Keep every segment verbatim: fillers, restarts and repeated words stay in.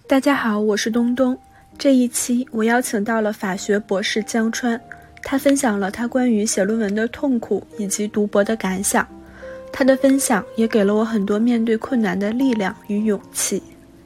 大家好，我是东东。这一期我邀请到了法学博士江川，他分享了他关于写论文的痛苦以及读博的感想。他的分享也给了我很多面对困难的力量与勇气。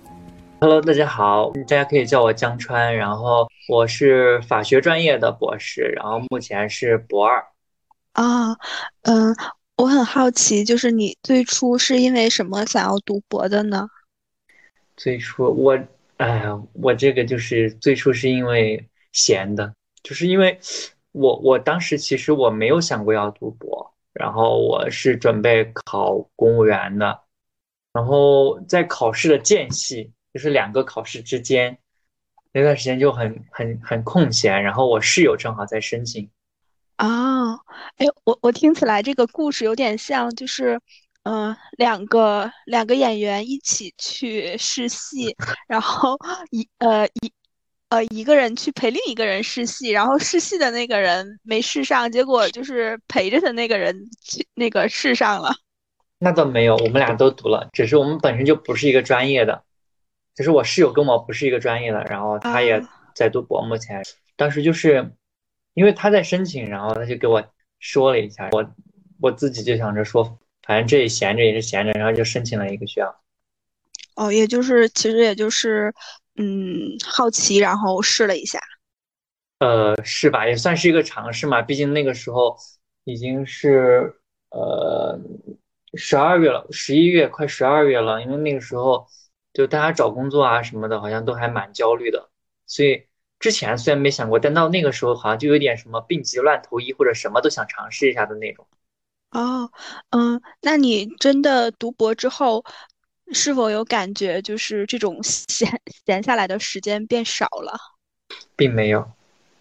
Hello， 大家好，大家可以叫我江川，然后我是法学专业的博士，然后目前是博二。 啊，嗯，我很好奇，就是你最初是因为什么想要读博的呢？ 最初我，哎呀，我这个就是最初是因为闲的，就是因为我我当时其实我没有想过要读博，然后我是准备考公务员的，然后在考试的间隙，就是两个考试之间那段时间就很很很空闲，然后我室友正好在申请。 哦，哎，我我听起来这个故事有点像，就是，嗯、两个两个演员一起去试戏，然后一呃一呃一个人去陪另一个人试戏，然后试戏的那个人没试上，结果就是陪着的那个人去那个试上了。 那倒没有，我们俩都读了，只是我们本身就不是一个专业的，就是我室友跟我不是一个专业的，然后他也啊。 在读博，目前当时就是因为他在申请，然后他就给我说了一下，我我自己就想着说，反正这里闲着也是闲着，然后就申请了一个学校。 哦，也就是其实也就是嗯好奇，然后试了一下。 呃，是吧？也算是一个尝试嘛，毕竟那个时候已经是呃十二月了，十一月快十二月了，因为那个时候就大家找工作啊什么的，好像都还蛮焦虑的，所以之前虽然没想过，但到那个时候好像就有点什么病急乱投医或者什么都想尝试一下的那种。 哦，嗯，那你真的读博之后，是否有感觉就是这种闲闲下来的时间变少了？ 并没有。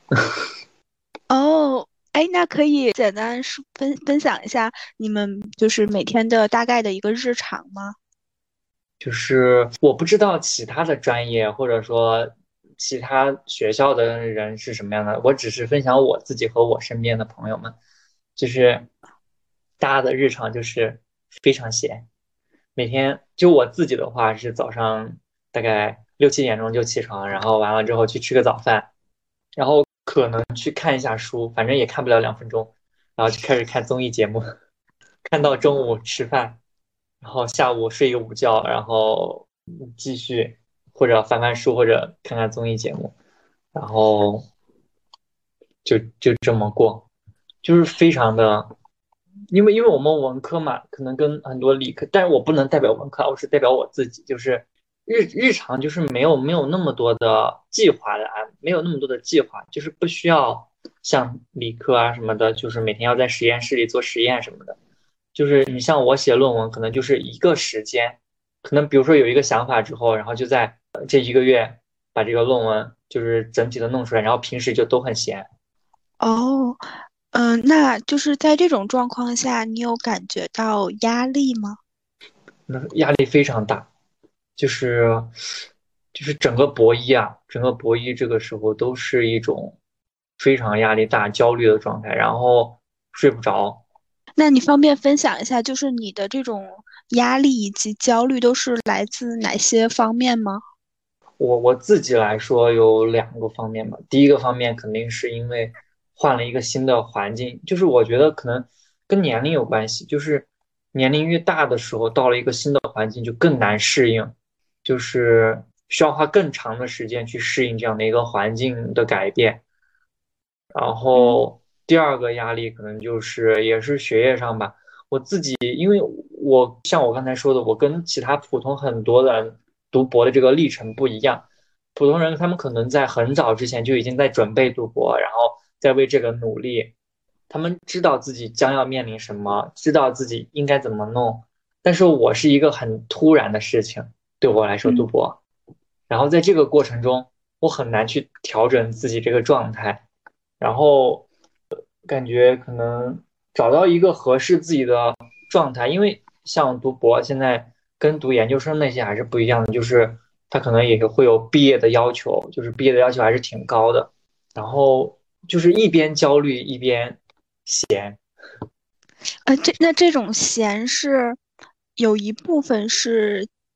哦，哎，那可以简单说分分享一下你们就是每天的大概的一个日常吗？ 就是我不知道其他的专业或者说其他学校的人是什么样的，我只是分享我自己和我身边的朋友们，就是大家的日常就是非常闲，每天就我自己的话是早上大概六七点钟就起床，然后完了之后去吃个早饭，然后可能去看一下书，反正也看不了两分钟，然后就开始看综艺节目，看到中午吃饭。然后下午睡一个午觉，然后继续或者翻翻书或者看看综艺节目，然后就就这么过，就是非常的，因为因为我们文科嘛，可能跟很多理科，但是我不能代表文科，我是代表我自己，就是日日常就是没有没有那么多的计划的啊，没有那么多的计划，就是不需要像理科啊什么的，就是每天要在实验室里做实验什么的。就是你像我写论文，可能就是一个时间，可能比如说有一个想法之后，然后就在呃这一个月把这个论文就是整体的弄出来，然后平时就都很闲。 哦，嗯，那就是在这种状况下，你有感觉到压力吗？ 那压力非常大，就是就是整个博一啊，整个博一这个时候都是一种非常压力大、焦虑的状态，然后睡不着。 那你方便分享一下，就是你的这种压力以及焦虑都是来自哪些方面吗？ 我我自己来说有两个方面吧。第一个方面肯定是因为换了一个新的环境，就是我觉得可能跟年龄有关系，就是年龄越大的时候，到了一个新的环境就更难适应，就是需要花更长的时间去适应这样的一个环境的改变。然嗯。 后第二个压力可能就是也是学业上吧，我自己因为我像我刚才说的，我跟其他普通很多的人读博的这个历程不一样，普通人他们可能在很早之前就已经在准备读博，然后在为这个努力，他们知道自己将要面临什么，知道自己应该怎么弄，但是我是一个很突然的事情，对我来说读嗯。 博，然后在这个过程中，我很难去调整自己这个状态。然后感觉可能找到一个合适自己的状态，因为像读博现在跟读研究生那些还是不一样的，就是他可能也会有毕业的要求，就是毕业的要求还是挺高的，然后就是一边焦虑一边闲。 呃，这那这种闲是有一部分是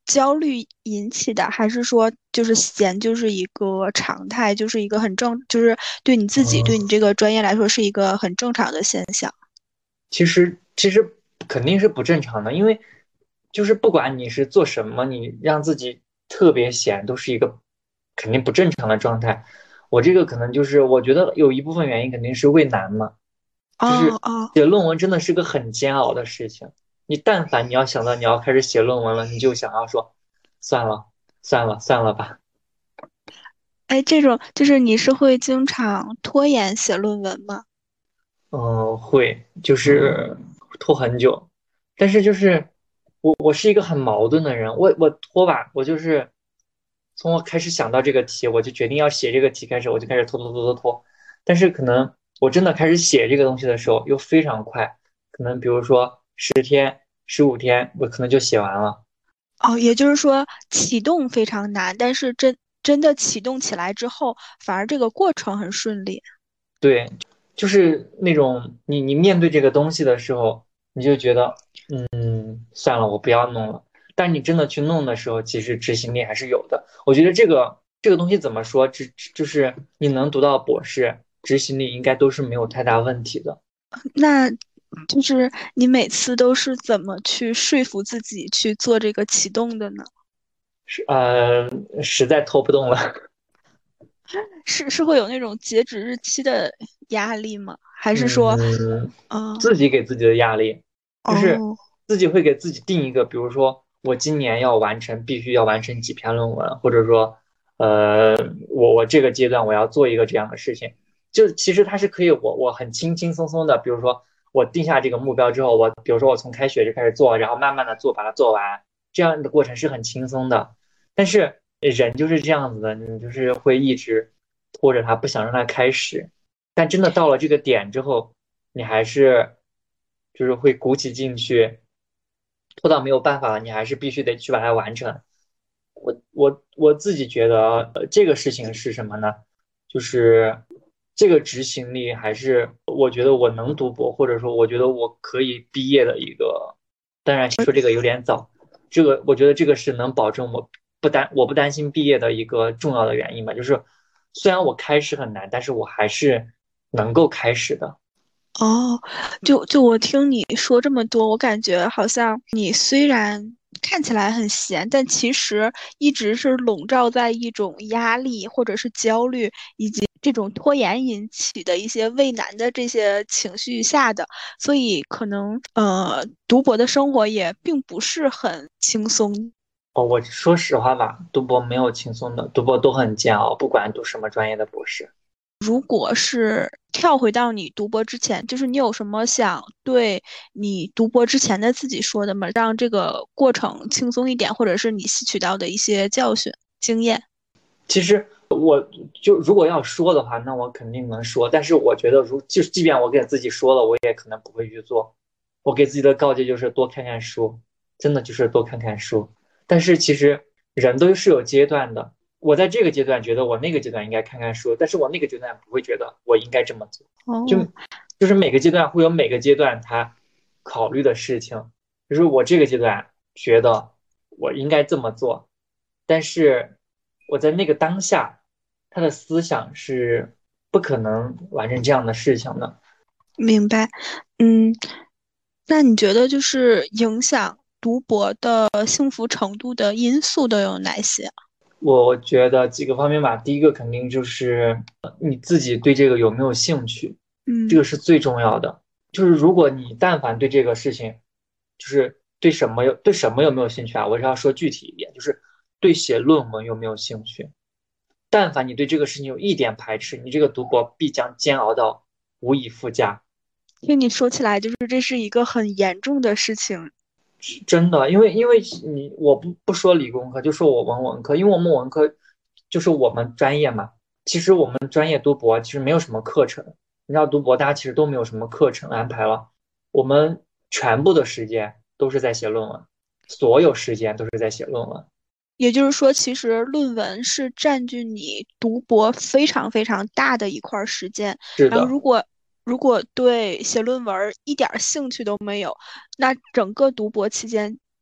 焦虑引起的，还是说就是闲就是一个常态，就是一个很正，就是对你自己对你嗯， 这个专业来说是一个很正常的现象？ 其实其实肯定是不正常的，因为就是不管你是做什么，你让自己特别闲，都是一个肯定不正常的状态。我这个可能就是我觉得有一部分原因肯定是畏难嘛，就是哦哦， 写论文真的是个很煎熬的事情。你但凡你要想到你要开始写论文了，你就想要说算了算了算了吧。 哎，这种就是你是会经常拖延写论文吗？ 嗯，会，就是拖很久，但是就是我我是一个很矛盾的人，我我拖吧，我就是从我开始想到这个题，我就决定要写这个题开始，我就开始拖拖拖拖拖，但是可能我真的开始写这个东西的时候又非常快，可能比如说十天、十五天，我可能就写完了。 哦，也就是说启动非常难，但是真真的启动起来之后，反而这个过程很顺利。 对，就是那种你你面对这个东西的时候，你就觉得嗯算了，我不要弄了。但你真的去弄的时候，其实执行力还是有的。我觉得这个这个东西怎么说，只就是你能读到博士，执行力应该都是没有太大问题的。 那就是你每次都是怎么去说服自己去做这个启动的呢？ 是呃，实在拖不动了。 是是会有那种截止日期的压力吗？还是说， 嗯， 嗯， 自己给自己的压力，就是哦， 自己会给自己定一个，比如说我今年要完成，必须要完成几篇论文，或者说，呃，我我这个阶段我要做一个这样的事情，就其实它是可以我我很轻轻松松的，比如说我定下这个目标之后，我比如说我从开学就开始做，然后慢慢的做，把它做完，这样的过程是很轻松的。但是人就是这样子的，你就是会一直拖着它，不想让它开始。但真的到了这个点之后，你还是就是会鼓起劲去，拖到没有办法了，你还是必须得去把它完成。我我我自己觉得，呃，这个事情是什么呢？就是这个执行力还是我觉得我能读博，或者说我觉得我可以毕业的一个。当然说这个有点早，这个我觉得这个是能保证我不担我不担心毕业的一个重要的原因吧。就是虽然我开始很难，但是我还是能够开始的。 哦，就就我听你说这么多，我感觉好像你虽然看起来很闲，但其实一直是笼罩在一种压力或者是焦虑以及这种拖延引起的一些畏难的这些情绪下的，所以可能呃，读博的生活也并不是很轻松。 哦，我说实话吧，读博没有轻松的，读博都很煎熬，不管读什么专业的博士。 如果是跳回到你读博之前，就是你有什么想对你读博之前的自己说的吗？让这个过程轻松一点，或者是你吸取到的一些教训、经验。 其实我就如果要说的话，那我肯定能说。但是我觉得如，就是即便我给自己说了，我也可能不会去做。我给自己的告诫就是多看看书，真的就是多看看书。但是其实人都是有阶段的，我在这个阶段觉得我那个阶段应该看看书，但是我那个阶段不会觉得我应该这么做。就哦， 就是每个阶段会有每个阶段他考虑的事情。就是我这个阶段觉得我应该这么做，但是我在那个当下，他的思想是不可能完成这样的事情的。 明白。嗯，那你觉得就是影响读博的幸福程度的因素都有哪些？ 我觉得几个方面吧，第一个肯定就是呃你自己对这个有没有兴趣，这嗯， 个是最重要的。就是如果你但凡对这个事情，就是对什么有对什么有没有兴趣啊？我是要说具体一点，就是对写论文有没有兴趣。但凡你对这个事情有一点排斥，你这个读博必将煎熬到无以复加。 听你说起来，就是这是一个很严重的事情。 是真的，因为因为你我不不说理工科，就说我们文科，因为我们文科就是我们专业嘛。其实我们专业读博其实没有什么课程，你知道读博大家其实都没有什么课程安排了，我们全部的时间都是在写论文，所有时间都是在写论文。 也就是说，其实论文是占据你读博非常非常大的一块儿时间。然后， 是的。 如果如果对写论文儿一点儿兴趣都没有，那整个读博期间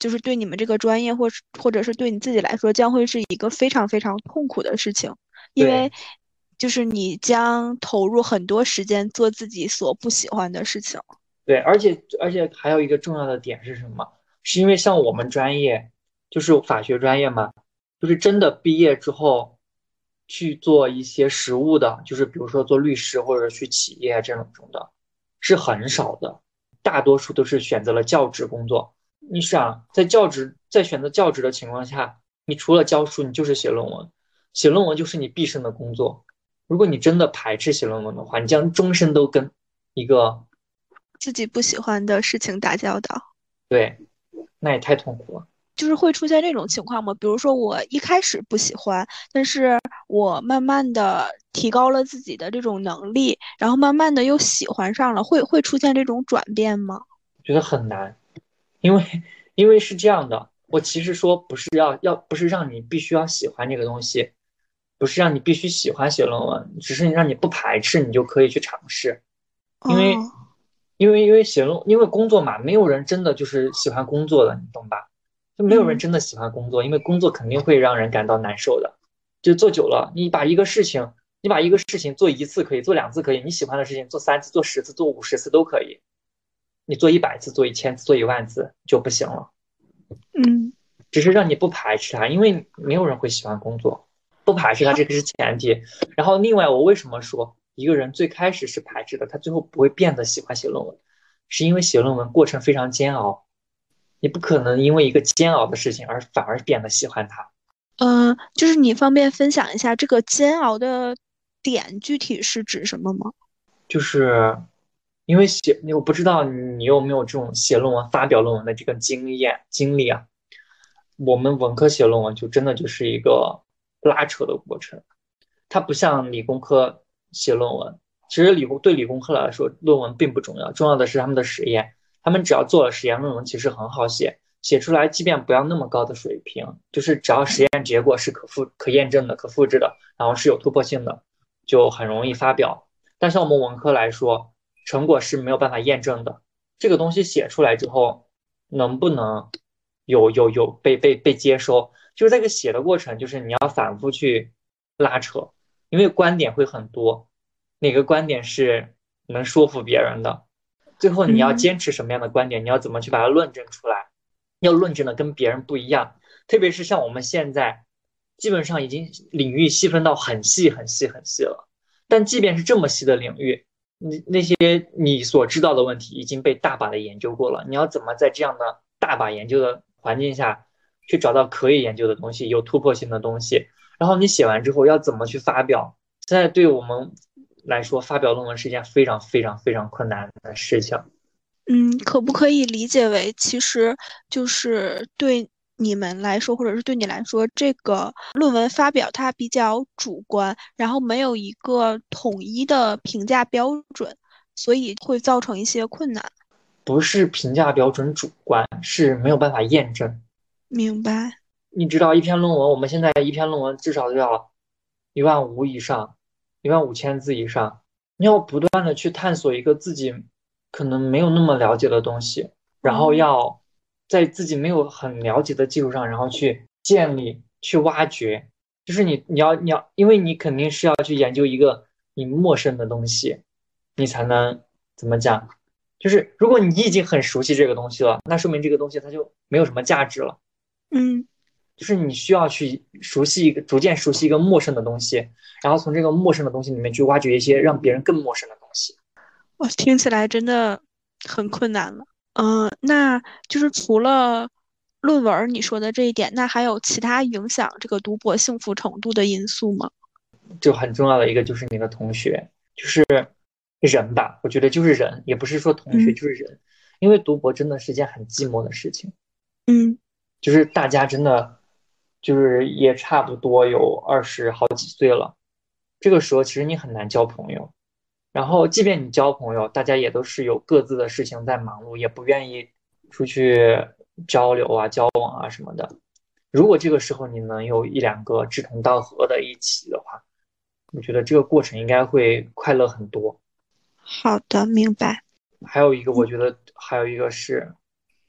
就是对你们这个专业或是或者是对你自己来说，将会是一个非常非常痛苦的事情，因为对就是你将投入很多时间做自己所不喜欢的事情。 对，而且而且还有一个重要的点是什么？是因为像我们专业就是法学专业嘛，就是真的毕业之后去做一些实务的，就是比如说做律师或者去企业这种的，是很少的，大多数都是选择了教职工作。你想，在教职在选择教职的情况下，你除了教书，你就是写论文，写论文就是你毕生的工作。如果你真的排斥写论文的话，你将终身都跟一个自己不喜欢的事情打交道。 对，那也太痛苦了。 就是会出现这种情况吗？比如说我一开始不喜欢，但是我慢慢的提高了自己的这种能力，然后慢慢的又喜欢上了，会会出现这种转变吗？ 我觉得很难，因为因为是这样的，我其实说不是要要不是让你必须要喜欢这个东西，不是让你必须喜欢写论文，只是让你不排斥，你就可以去尝试。因为哦， 因为因为写论因为工作嘛，没有人真的就是喜欢工作的，你懂吧？就没有人嗯真的喜欢工作，因为工作肯定会让人感到难受的。就做久了，你把一个事情，你把一个事情做一次可以，做两次可以，你喜欢的事情做三次、做十次、做五十次都可以。你做一百次、做一千次、做一万次就不行了。 嗯， 只是让你不排斥它，因为没有人会喜欢工作，不排斥它这个是前提。然后另外，我为什么说一个人最开始是排斥的，他最后不会变得喜欢写论文，是因为写论文过程非常煎熬，你不可能因为一个煎熬的事情而反而变得喜欢它。 呃，就是你方便分享一下这个煎熬的点具体是指什么吗？ 就是因为写，我不知道你有没有这种写论文、发表论文的这个经验经历啊？我们文科写论文就真的就是一个拉扯的过程。它不像理工科写论文，其实理工对理工科来说，论文并不重要，重要的是他们的实验。他们只要做了实验，论文其实很好写，写出来即便不要那么高的水平，就是只要实验结果是可复、可验证的、可复制的，然后是有突破性的，就很容易发表。但像我们文科来说，成果是没有办法验证的。这个东西写出来之后，能不能有有有被被被接收，就是这个写的过程，就是你要反复去拉扯。因为观点会很多，哪个观点是能说服别人的，最后你要嗯坚持什么样的观点，你要怎么去把它论证出来，要论证的跟别人不一样。特别是像我们现在，基本上已经领域细分到很细很细很细了，但即便是这么细的领域，你那些你所知道的问题已经被大把的研究过了，你要怎么在这样的大把研究的环境下，去找到可以研究的东西，有突破性的东西？然后你写完之后要怎么去发表？现在对我们来说，发表论文是一件非常非常非常困难的事情。 嗯，可不可以理解为，其实就是对你们来说，或者是对你来说，这个论文发表它比较主观，然后没有一个统一的评价标准，所以会造成一些困难。 不是评价标准主观，是没有办法验证。 明白。 你知道一篇论文，我们现在一篇论文至少都要一万五以上，一万五千字以上。你要不断的去探索一个自己可能没有那么了解的东西，然后哦， 要在自己没有很了解的基础上，然后去建立、去挖掘。就是你你要你要，因为你肯定是要去研究一个你陌生的东西，你才能怎么讲？就是如果你已经很熟悉这个东西了，那说明这个东西它就没有什么价值了。 嗯， 就是你需要去熟悉一个，逐渐熟悉一个陌生的东西，然后从这个陌生的东西里面去挖掘一些让别人更陌生的东西。 我听起来真的很困难了。嗯，那就是除了论文儿你说的这一点，那还有其他影响这个读博幸福程度的因素吗？ 就很重要的一个就是你的同学，就是人吧，我觉得就是人，也不是说同学， 嗯就是人。因为读博真的是件很寂寞的事情， 嗯就是大家真的就是也差不多有二十好几岁了，这个时候其实你很难交朋友。然后，即便你交朋友，大家也都是有各自的事情在忙碌，也不愿意出去交流啊、交往啊什么的。如果这个时候你能有一两个志同道合的一起的话，我觉得这个过程应该会快乐很多。 好的，明白。 还有一个，我嗯觉得还有一个是，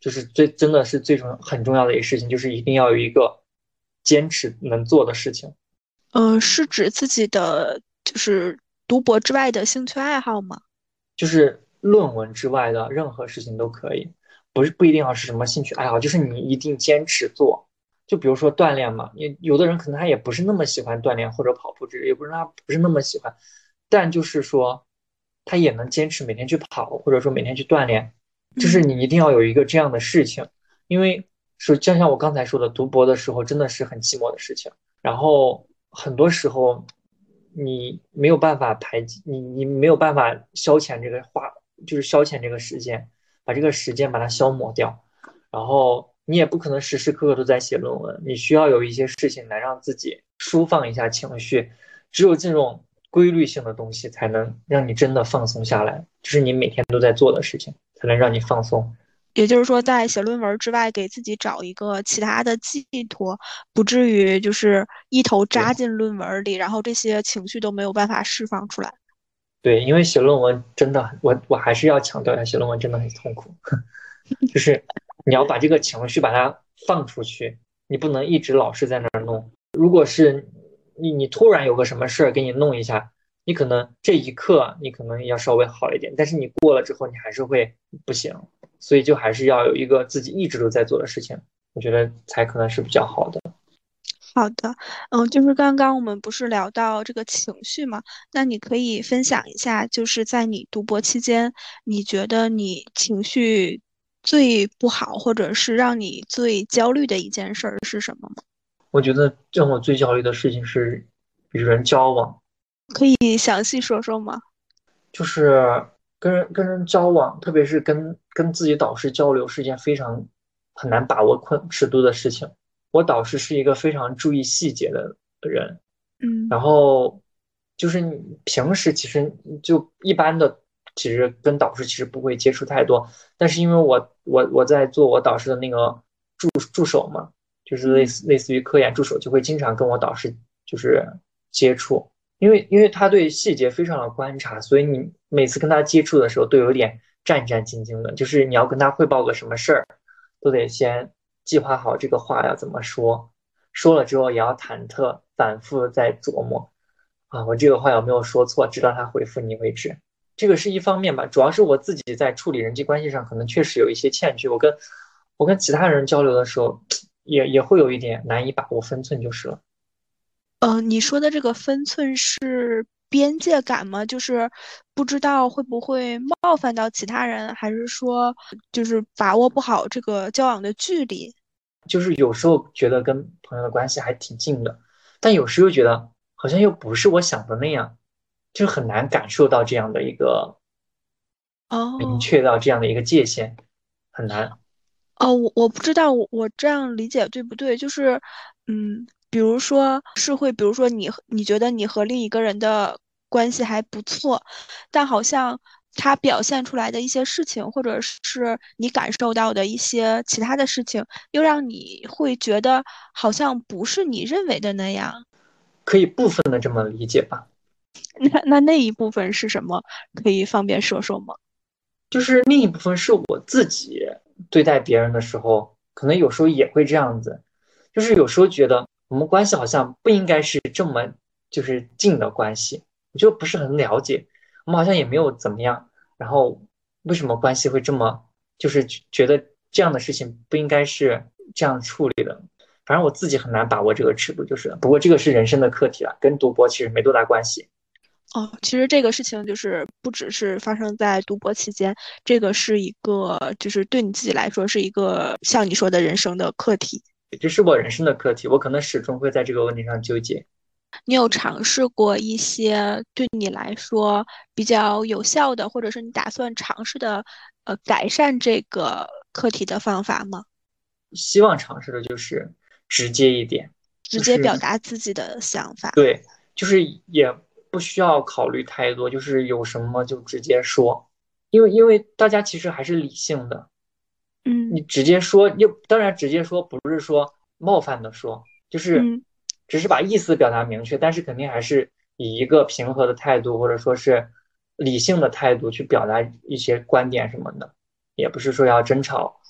就是最真的是最重很重要的一个事情，就是一定要有一个坚持能做的事情。 呃，是指自己的就是读博之外的兴趣爱好吗？ 就是论文之外的任何事情都可以，不是不一定要是什么兴趣爱好，就是你一定坚持做。就比如说锻炼嘛，你有的人可能他也不是那么喜欢锻炼或者跑步之类，也不是他不是那么喜欢，但就是说他也能坚持每天去跑，或者说每天去锻炼，就是嗯。 你一定要有一个这样的事情，因为是就像我刚才说的，读博的时候真的是很寂寞的事情。然后很多时候你没有办法排挤你，你没有办法消遣这个花，就是消遣这个时间，把这个时间把它消磨掉。然后你也不可能时时刻刻都在写论文，你需要有一些事情来让自己舒放一下情绪。只有这种规律性的东西，才能让你真的放松下来，就是你每天都在做的事情，才能让你放松。 也就是说，在写论文之外，给自己找一个其他的寄托，不至于就是一头扎对。 进论文里，然后这些情绪都没有办法释放出来。 对，因为写论文真的很，我我还是要强调一下，写论文真的很痛苦。就是你要把这个情绪把它放出去，你不能一直老是在那儿弄。如果是你你突然有个什么事儿给你弄一下，你可能这一刻你可能要稍微好一点，但是你过了之后你还是会不行，所以就还是要有一个自己一直都在做的事情，我觉得才可能是比较好的。 好的，嗯，就是刚刚我们不是聊到这个情绪嘛，那你可以分享一下，就是在你读博期间，你觉得你情绪最不好，或者是让你最焦虑的一件事儿是什么吗？ 我觉得让我最焦虑的事情是与人交往。 你详细说说吗？ 就是跟人跟人交往，特别是跟跟自己导师交流，是一件非常很难把握困尺度的事情。我导师是一个非常注意细节的人， 嗯然后就是你平时其实就一般的，其实跟导师其实不会接触太多，但是因为我我我在做我导师的那个助助手嘛，就是类嗯。 似类似于科研助手，就会经常跟我导师就是接触。因为因为他对细节非常的观察，所以你每次跟他接触的时候都有点战战兢兢的，就是你要跟他汇报个什么事儿，都得先计划好这个话要怎么说，说了之后也要忐忑，反复再琢磨啊，我这个话有没有说错，直到他回复你为止。这个是一方面吧，主要是我自己在处理人际关系上可能确实有一些欠缺，我跟我跟其他人交流的时候，也也会有一点难以把握分寸就是了。 呃，你说的这个分寸是边界感吗？就是不知道会不会冒犯到其他人，还是说就是把握不好这个交往的距离？ 就是有时候觉得跟朋友的关系还挺近的，但有时候又觉得好像又不是我想的那样，就是很难感受到这样的一个明哦。 确到这样的一个界限，很难。 哦，我我不知道我我这样理解对不对？就是，嗯，比如说是会，比如说你和你觉得你和另一个人的关系还不错，但好像他表现出来的一些事情，或者是你感受到的一些其他的事情，又让你会觉得好像不是你认为的那样。 可以部分的这么理解吧。 那那那一部分是什么？可以方便说说吗？ 就是另一部分是我自己对待别人的时候，可能有时候也会这样子，就是有时候觉得我们关系好像不应该是这么就是近的关系，我就不是很了解，我们好像也没有怎么样，然后为什么关系会这么，就是觉得这样的事情不应该是这样处理的，反正我自己很难把握这个尺度，就是不过这个是人生的课题了，跟读博其实没多大关系。 哦，其实这个事情就是不只是发生在读博期间，这个是一个就是对你自己来说是一个像你说的人生的课题。 这是我人生的课题，我可能始终会在这个问题上纠结。 你有尝试过一些对你来说比较有效的，或者是你打算尝试的，呃，改善这个课题的方法吗？ 希望尝试的就是直接一点， 直就是接表达自己的想法。 对，就是也不需要考虑太多，就是有什么就直接说，因为因为大家其实还是理性的，你嗯直接说，又当然直接说不是说冒犯的说，就是嗯。 只是把意思表达明确，但是肯定还是以一个平和的态度或者说是理性的态度去表达一些观点什么的，也不是说要争吵。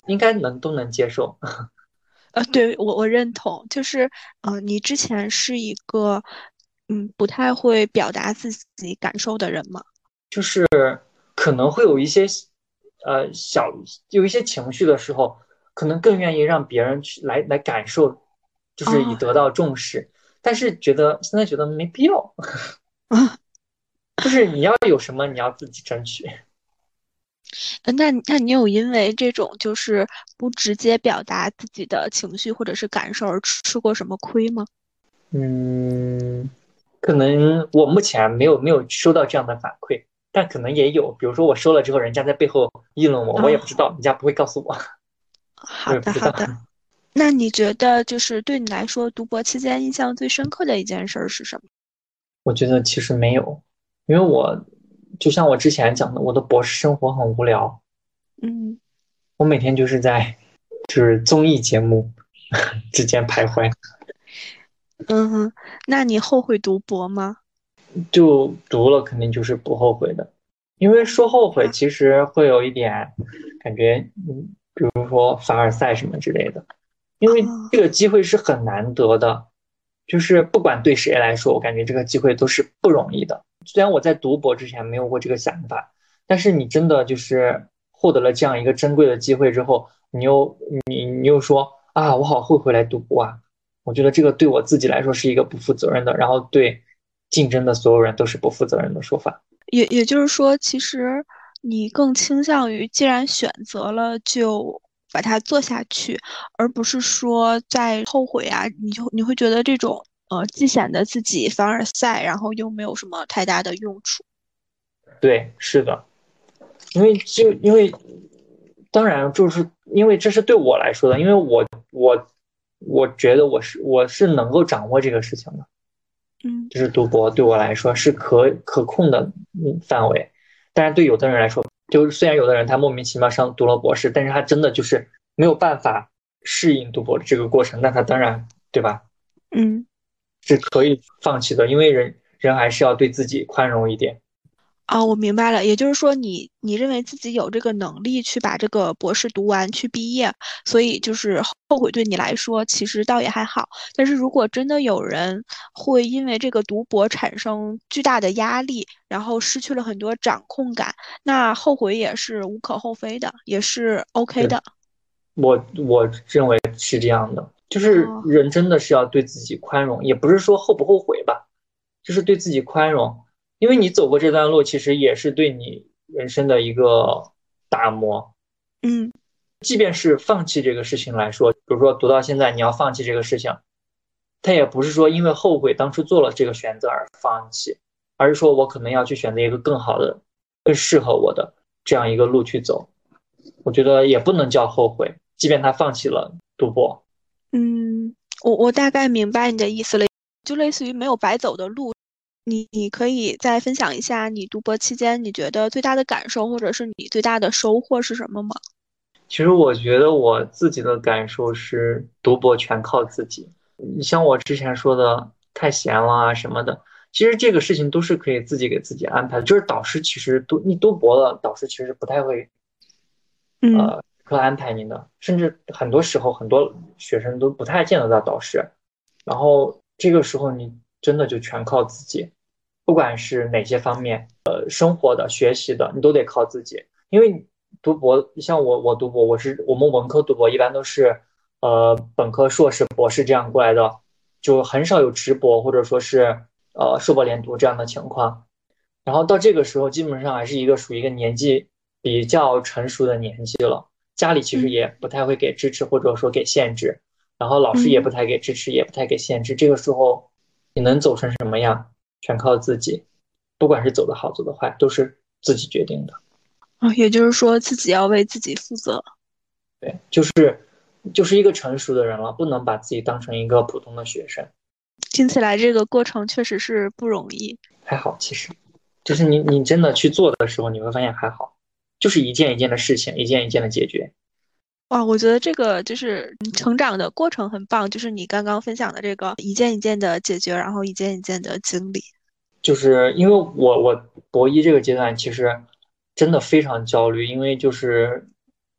应该能都能接受。 呃，对，我我认同，就是呃，你之前是一个嗯不太会表达自己感受的人吗？ 可能会有一些呃小有一些情绪的时候，可能更愿意让别人去来来感受，就是以哦， 得到重视。但是觉得现在觉得没必要， 啊， 就是你要有什么你要自己争取。 呃那那你有因为这种就是不直接表达自己的情绪或者是感受而吃吃过什么亏吗？ 嗯，可能我目前没有没有收到这样的反馈，但可能也有。比如说我说了之后，人家在背后议论我，我也不知啊， 道，人家不会告诉我，我好也不知道。 的好的。那你觉得就是对你来说，读博期间印象最深刻的一件事儿是什么？ 我觉得其实没有，因为我就像我之前讲的，我的博士生活很无聊， 嗯我每天就是在就是综艺节目之间徘徊， 嗯哼，那你后悔读博吗？ 就读了肯定就是不后悔的，因为说后悔啊其实会有一点感觉，嗯，比如说凡尔赛什么之类的，因为这啊个机会是很难得的，就是不管对谁来说，我感觉这个机会都是不容易的。虽然我在读博之前没有过这个想法，但是你真的就是获得了这样一个珍贵的机会之后，你又你你又说啊，我好后悔来读博啊，我觉得这个对我自己来说是一个不负责任的，然后对竞争的所有人都是不负责任的说法。 也也就是说，其实你更倾向于，既然选择了，就把它做下去，而不是说在后悔啊，你就你会觉得这种呃，既显得自己凡尔赛，然后又没有什么太大的用处。 对，是的。因为就因为当然就是因为这是对我来说的，因为我我我觉得我是我是能够掌握这个事情的， 嗯就是读博对我来说是可可控的嗯范围，但是对有的人来说，就虽然有的人他莫名其妙上读了博士，但是他真的就是没有办法适应读博的这个过程，那他当然对吧嗯。 是可以放弃的，因为人人还是要对自己宽容一点。 啊，我明白了，也就是说你，你认为自己有这个能力去把这个博士读完，去毕业，所以就是后悔对你来说其实倒也还好。但是如果真的有人会因为这个读博产生巨大的压力，然后失去了很多掌控感，那后悔也是无可厚非的，也是 OK 的。 我我认为是这样的，就是哦， 人真的是要对自己宽容，也不是说后不后悔吧，就是对自己宽容，因为你走过这段路，其实也是对你人生的一个打磨。 嗯即便是放弃这个事情来说，比如说读到现在你要放弃这个事情，他也不是说因为后悔当初做了这个选择而放弃，而是说我可能要去选择一个更好的、更适合我的这样一个路去走。我觉得也不能叫后悔，即便他放弃了读博。 嗯，我我大概明白你的意思了，就类似于没有白走的路。你你可以再分享一下你读博期间你觉得最大的感受，或者是你最大的收获是什么吗？ 其实我觉得我自己的感受是，读博全靠自己。你像我之前说的太闲了啊什么的，其实这个事情都是可以自己给自己安排的。就是导师其实读你读博了，导师其实不太会嗯呃会安排你的，甚至很多时候很多学生都不太见得到导师。然后这个时候你真的就全靠自己，不管是哪些方面，呃，生活的、学习的，你都得靠自己。因为读博，像我，我读博，我是我们文科读博一般都是，呃，本科、硕士、博士这样过来的，就很少有直博或者说是呃硕博连读这样的情况。然后到这个时候，基本上还是一个属于一个年纪比较成熟的年纪了，家里其实嗯也不太会给支持或者说给限制。然后老师也嗯不太给支持，也不太给限制。这个时候你能走成什么样，全靠自己。不管是走得好走得坏，都是自己决定的。 啊，也就是说自己要为自己负责。 对，就是就是一个成熟的人了，不能把自己当成一个普通的学生。 听起来这个过程确实是不容易。 还好，其实就是你你真的去做的时候，你会发现还好，就是一件一件的事情，一件一件的解决。 哇，我觉得这个就是嗯成长的过程很棒，就是你刚刚分享的这个一件一件的解决，然后一件一件的经历。 就是因为我我博一这个阶段其实真的非常焦虑，因为就是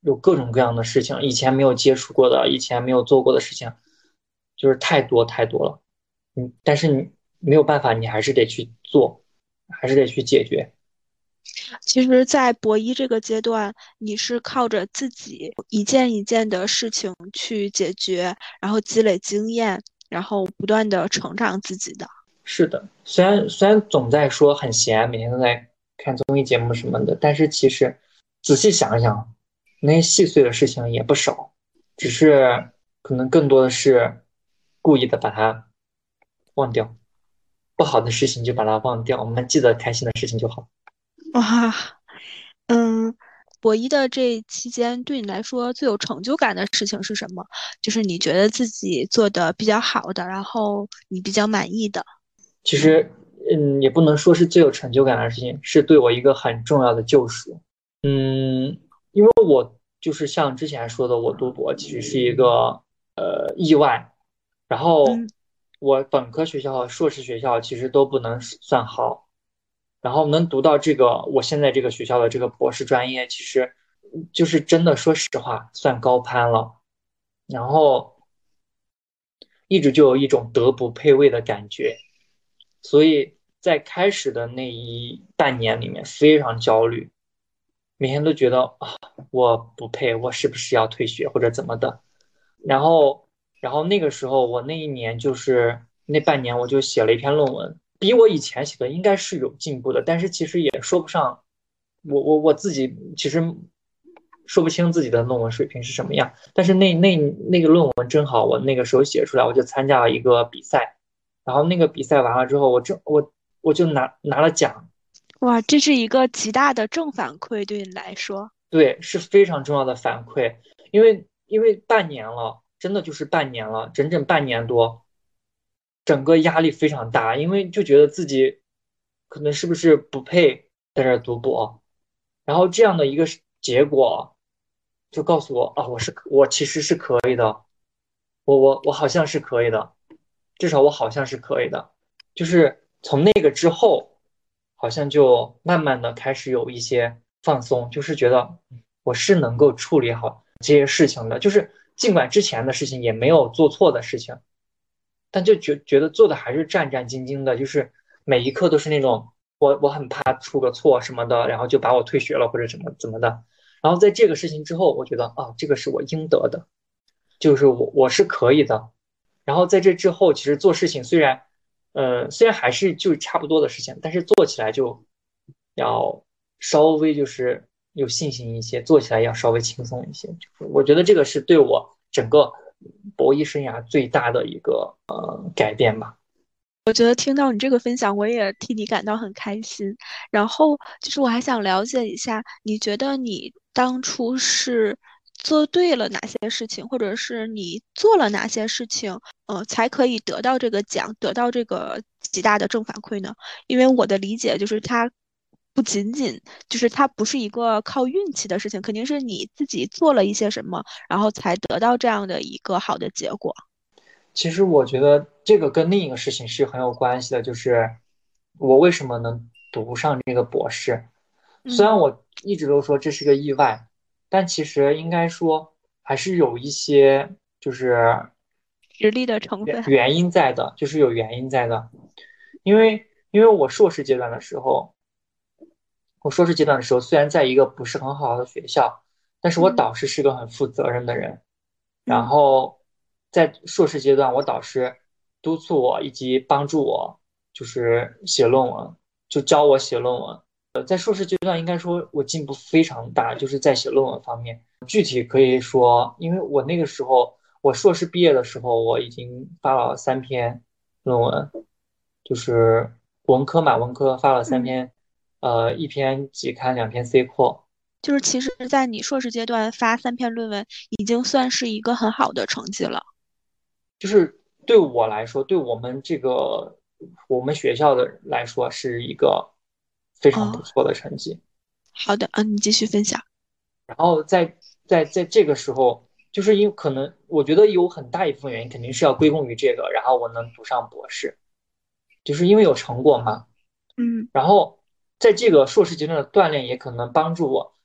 有各种各样的事情，以前没有接触过的，以前没有做过的事情，就是太多太多了。嗯，但是你没有办法，你还是得去做，还是得去解决。 其实，在博一这个阶段，你是靠着自己一件一件的事情去解决，然后积累经验，然后不断的成长自己的。 是的，虽然虽然总在说很闲，每天都在看综艺节目什么的，但是其实仔细想一想，那些细碎的事情也不少，只是可能更多的是故意的把它忘掉，不好的事情就把它忘掉，我们记得开心的事情就好。 哇，嗯，博一的这期间对你来说最有成就感的事情是什么？就是你觉得自己做的比较好的，然后你比较满意的。 其实，嗯，也不能说是最有成就感的事情，是对我一个很重要的救赎。嗯，因为我就是像之前说的，我读博其实是一个呃意外，然嗯。 后我本科学校和硕士学校其实都不能算好，然后能读到这个我现在这个学校的这个博士专业，其实就是真的说实话算高攀了，然后一直就有一种德不配位的感觉。所以在开始的那一半年里面非常焦虑，每天都觉得啊，我不配，我是不是要退学或者怎么的？然后，然后那个时候我那一年就是那半年，我就写了一篇论文，比我以前写的应该是有进步的，但是其实也说不上，我我我自己其实说不清自己的论文水平是什么样。但是那那那个论文正好我那个时候写出来，我就参加了一个比赛。然后那个比赛完了之后，我正我我就拿拿了奖。 哇，这是一个极大的正反馈对你来说。 对，是非常重要的反馈，因为因为半年了，真的就是半年了，整整半年多，整个压力非常大，因为就觉得自己可能是不是不配在这儿读博，然后这样的一个结果就告诉我啊，我是我其实是可以的，我我我好像是可以的，至少我好像是可以的。就是从那个之后，好像就慢慢的开始有一些放松，就是觉得嗯我是能够处理好这些事情的。就是尽管之前的事情也没有做错的事情，但就觉觉得做的还是战战兢兢的，就是每一刻都是那种我我很怕出个错什么的，然后就把我退学了或者怎么怎么的。然后在这个事情之后，我觉得啊，这个是我应得的，就是我我是可以的。然后在这之后，其实做事情虽然，呃，虽然还是就差不多的事情，但是做起来就要稍微就是有信心一些，做起来要稍微轻松一些。就是我觉得这个是对我整个博弈生涯最大的一个呃改变吧。 我觉得听到你这个分享，我也替你感到很开心。然后就是我还想了解一下，你觉得你当初是做对了哪些事情，或者是你做了哪些事情，呃，才可以得到这个奖，得到这个极大的正反馈呢？因为我的理解就是它不仅仅就是它不是一个靠运气的事情，肯定是你自己做了一些什么，然后才得到这样的一个好的结果。 其实我觉得这个跟另一个事情是很有关系的，就是我为什么能读上这个博士。虽然嗯， 我一直都说这是个意外，但其实应该说还是有一些就是实力的成分。 原原因在的，就是有原因在的。因为因为我硕士阶段的时候，我硕士阶段的时候虽然在一个不是很好的学校，但是我嗯导师是个很负责任的人。然嗯。 后在硕士阶段，我导师督促我以及帮助我，就是写论文，就教我写论文。呃，在硕士阶段，应该说我进步非常大，就是在写论文方面。具体可以说，因为我那个时候，我硕士毕业的时候，我已经发了三篇论文，就是文科嘛，文科发了三嗯， 篇，呃，一篇季刊，两篇 C 扩。 就是其实，在你硕士阶段发三篇论文，已经算是一个很好的成绩了。 就是对我来说，对我们这个我们学校的人来说，是一个非常不哦， 错的成绩。 好的，嗯，你继续分享。 然后在在在这个时候，就是因为可能我觉得有很大一部分原因肯定是要归功于这个，然后我能读上博士，就是因为有成果嘛。 嗯然后在这个硕士阶段的锻炼，也可能帮助我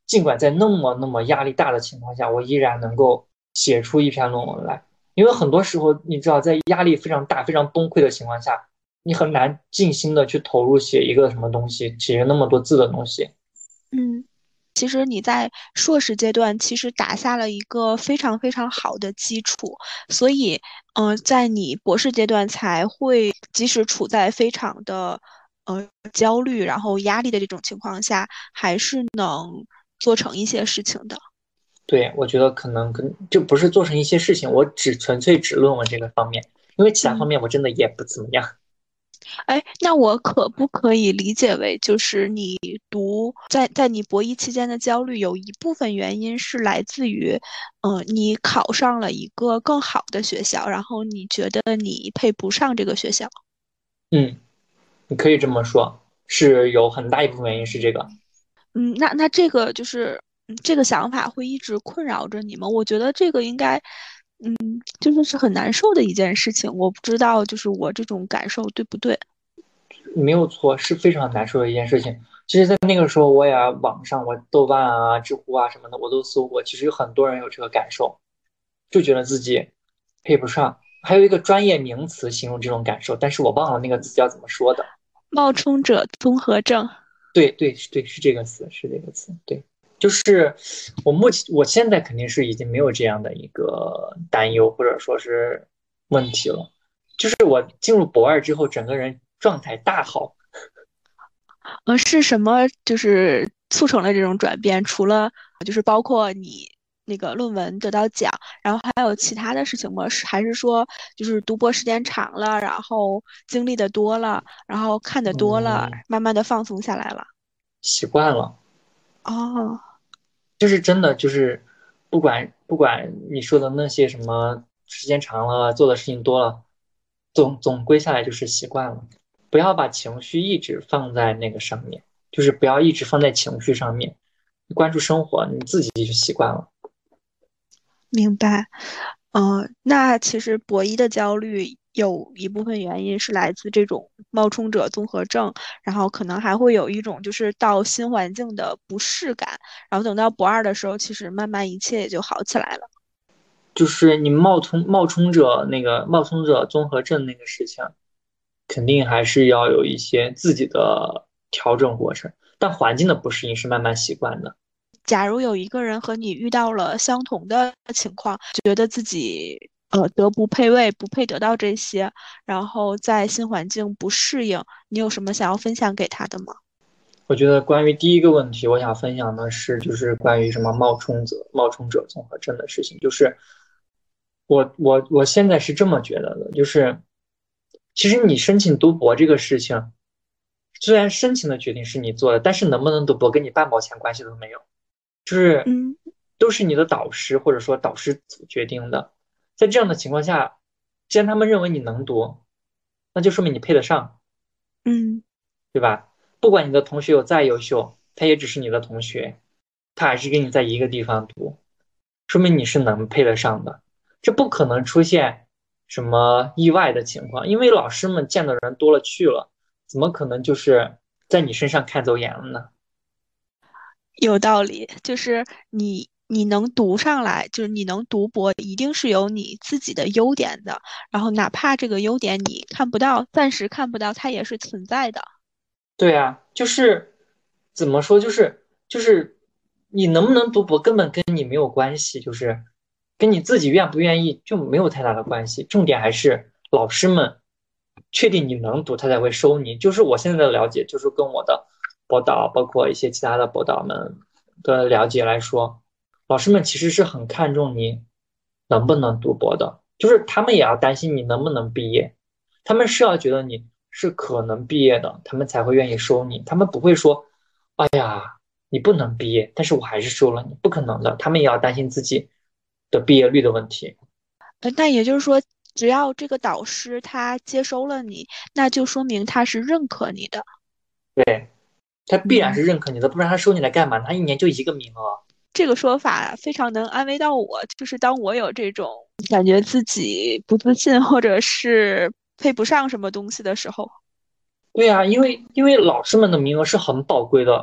尽管在那么那么压力大的情况下，我依然能够写出一篇论文来。因为很多时候，你知道，在压力非常大、非常崩溃的情况下，你很难静心的去投入写一个什么东西，写那么多字的东西。 嗯。其实你在硕士阶段其实打下了一个非常非常好的基础，所以，嗯、呃，在你博士阶段才会，即使处在非常的呃焦虑，然后压力的这种情况下，还是能做成一些事情的。 对，我觉得可能跟就不是做成一些事情，我只纯粹只论文这个方面，因为其他方嗯。 面我真的也不怎么样。 哎，那我可不可以理解为，就是你读在在你博一期间的焦虑，有一部分原因是来自于，嗯、你考上了一个更好的学校，然后你觉得你配不上这个学校。 嗯，你可以这么说，是有很大一部分原因是这个。 嗯，那那这个就是，嗯这个想法会一直困扰着你吗？我觉得这个应该，嗯，就是是很难受的一件事情。我不知道，就是我这种感受对不对？ 没有错，是非常难受的一件事情。其实，在那个时候，我也网上我豆瓣啊、知乎啊什么的，我都搜过。其实有很多人有这个感受，就觉得自己配不上。还有一个专业名词形容这种感受，但是我忘了那个词叫怎么说的。 冒充者综合症。 对对对，是这个词，是这个词。对，就是我目前我现在肯定是已经没有这样的一个担忧或者说是问题了。就是我进入博二之后，整个人状态大好。 呃，是什么就是促成了这种转变？除了就是包括你那个论文得到奖，然后还有其他的事情吗？是还是说就是读博时间长了，然后经历的多了，然后看的多了， 嗯， 慢慢的放松下来了？ 习惯了。 哦。 就是真的就是不管不管你说的那些什么时间长了，做的事情多了，总总归下来就是习惯了。不要把情绪一直放在那个上面，就是不要一直放在情绪上面，关注生活，你自己就习惯了。 明白。嗯，那其实博一的焦虑有一部分原因是来自这种冒充者综合症，然后可能还会有一种就是到新环境的不适感，然后等到博二的时候，其实慢慢一切也就好起来了。 就是你冒充冒充者那个冒充者综合症那个事情，肯定还是要有一些自己的调整过程，但环境的不适应是慢慢习惯的。 假如有一个人和你遇到了相同的情况，觉得自己呃德不配位，不配得到这些，然后在新环境不适应，你有什么想要分享给他的吗？ 我觉得关于第一个问题，我想分享的是，就是关于什么冒充者、冒充者综合症的事情。就是我我我现在是这么觉得的，就是其实你申请读博这个事情，虽然申请的决定是你做的，但是能不能读博跟你半毛钱关系都没有，就是嗯都是你的导师或者说导师组决定的。在这样的情况下，既然他们认为你能读，那就说明你配得上。 嗯。 对吧？不管你的同学有再优秀，他也只是你的同学，他还是跟你在一个地方读，说明你是能配得上的。这不可能出现什么意外的情况，因为老师们见的人多了去了，怎么可能就是在你身上看走眼了呢？ 有道理，就是你你能读上来，就是你能读博，一定是有你自己的优点的。然后哪怕这个优点你看不到，暂时看不到，它也是存在的。 对啊，就是怎么说，就是就是你能不能读博根本跟你没有关系，就是跟你自己愿不愿意就没有太大的关系。重点还是老师们确定你能读，他才会收你。就是我现在的了解，就是跟我的博导，包括一些其他的博导们的了解来说，老师们其实是很看重你能不能读博的，就是他们也要担心你能不能毕业。他们是要觉得你是可能毕业的，他们才会愿意收你。他们不会说，哎呀，你不能毕业，但是我还是收了你，不可能的。他们也要担心自己的毕业率的问题。 呃，那也就是说，只要这个导师他接收了你，那就说明他是认可你的。 对，他必然嗯， 是认可你的，不然他收你来干嘛？他一年就一个名额。 这个说法非常能安慰到我，就是当我有这种感觉自己不自信或者是配不上什么东西的时候。 对呀，因为因为老师们的名额是很宝贵的，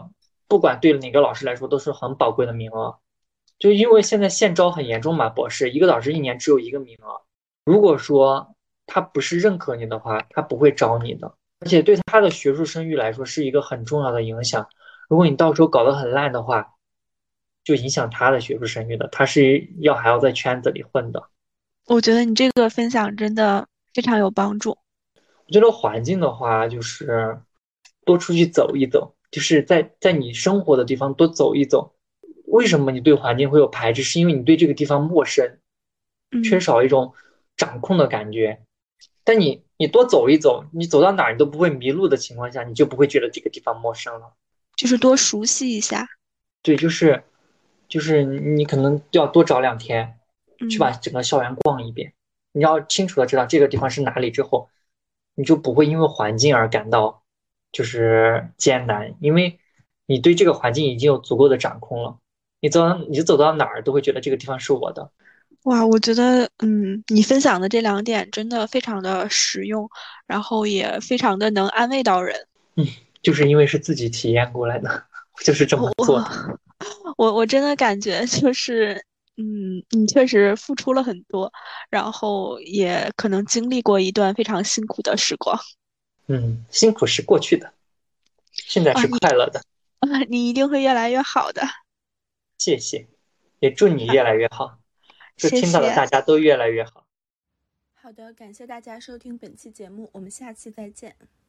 不管对哪个老师来说都是很宝贵的名额。就因为现在现招很严重嘛，博士一个导师一年只有一个名额，如果说他不是认可你的话，他不会招你的，而且对他的学术声誉来说是一个很重要的影响。如果你到时候搞得很烂的话，就影响他的学术声誉的，他是要还要在圈子里混的。 我觉得你这个分享真的非常有帮助。 我觉得环境的话，就是多出去走一走，就是在在你生活的地方多走一走。为什么你对环境会有排斥？是因为你对这个地方陌生，缺嗯， 少一种掌控的感觉。但你你多走一走，你走到哪儿你都不会迷路的情况下，你就不会觉得这个地方陌生了。 就是多熟悉一下。 对，就是就是你可能要多找两天，去把嗯。 整个校园逛一遍。你要清楚的知道这个地方是哪里之后，你就不会因为环境而感到就是艰难，因为你对这个环境已经有足够的掌控了。你走到你走到哪儿都会觉得这个地方是我的。 哇，我觉得，嗯，你分享的这两点真的非常的实用，然后也非常的能安慰到人。 嗯，就是因为是自己体验过来的，我就是这么我我做的。 我我真的感觉就是，嗯，你确实付出了很多，然后也可能经历过一段非常辛苦的时光。 嗯，辛苦是过去的，现在啊， 是你快乐的。 啊，你一定会越来越好的。 谢谢，也祝你越来越好，祝听到的谢谢。 大家都越来越好。 好的，感谢大家收听本期节目，我们下期再见。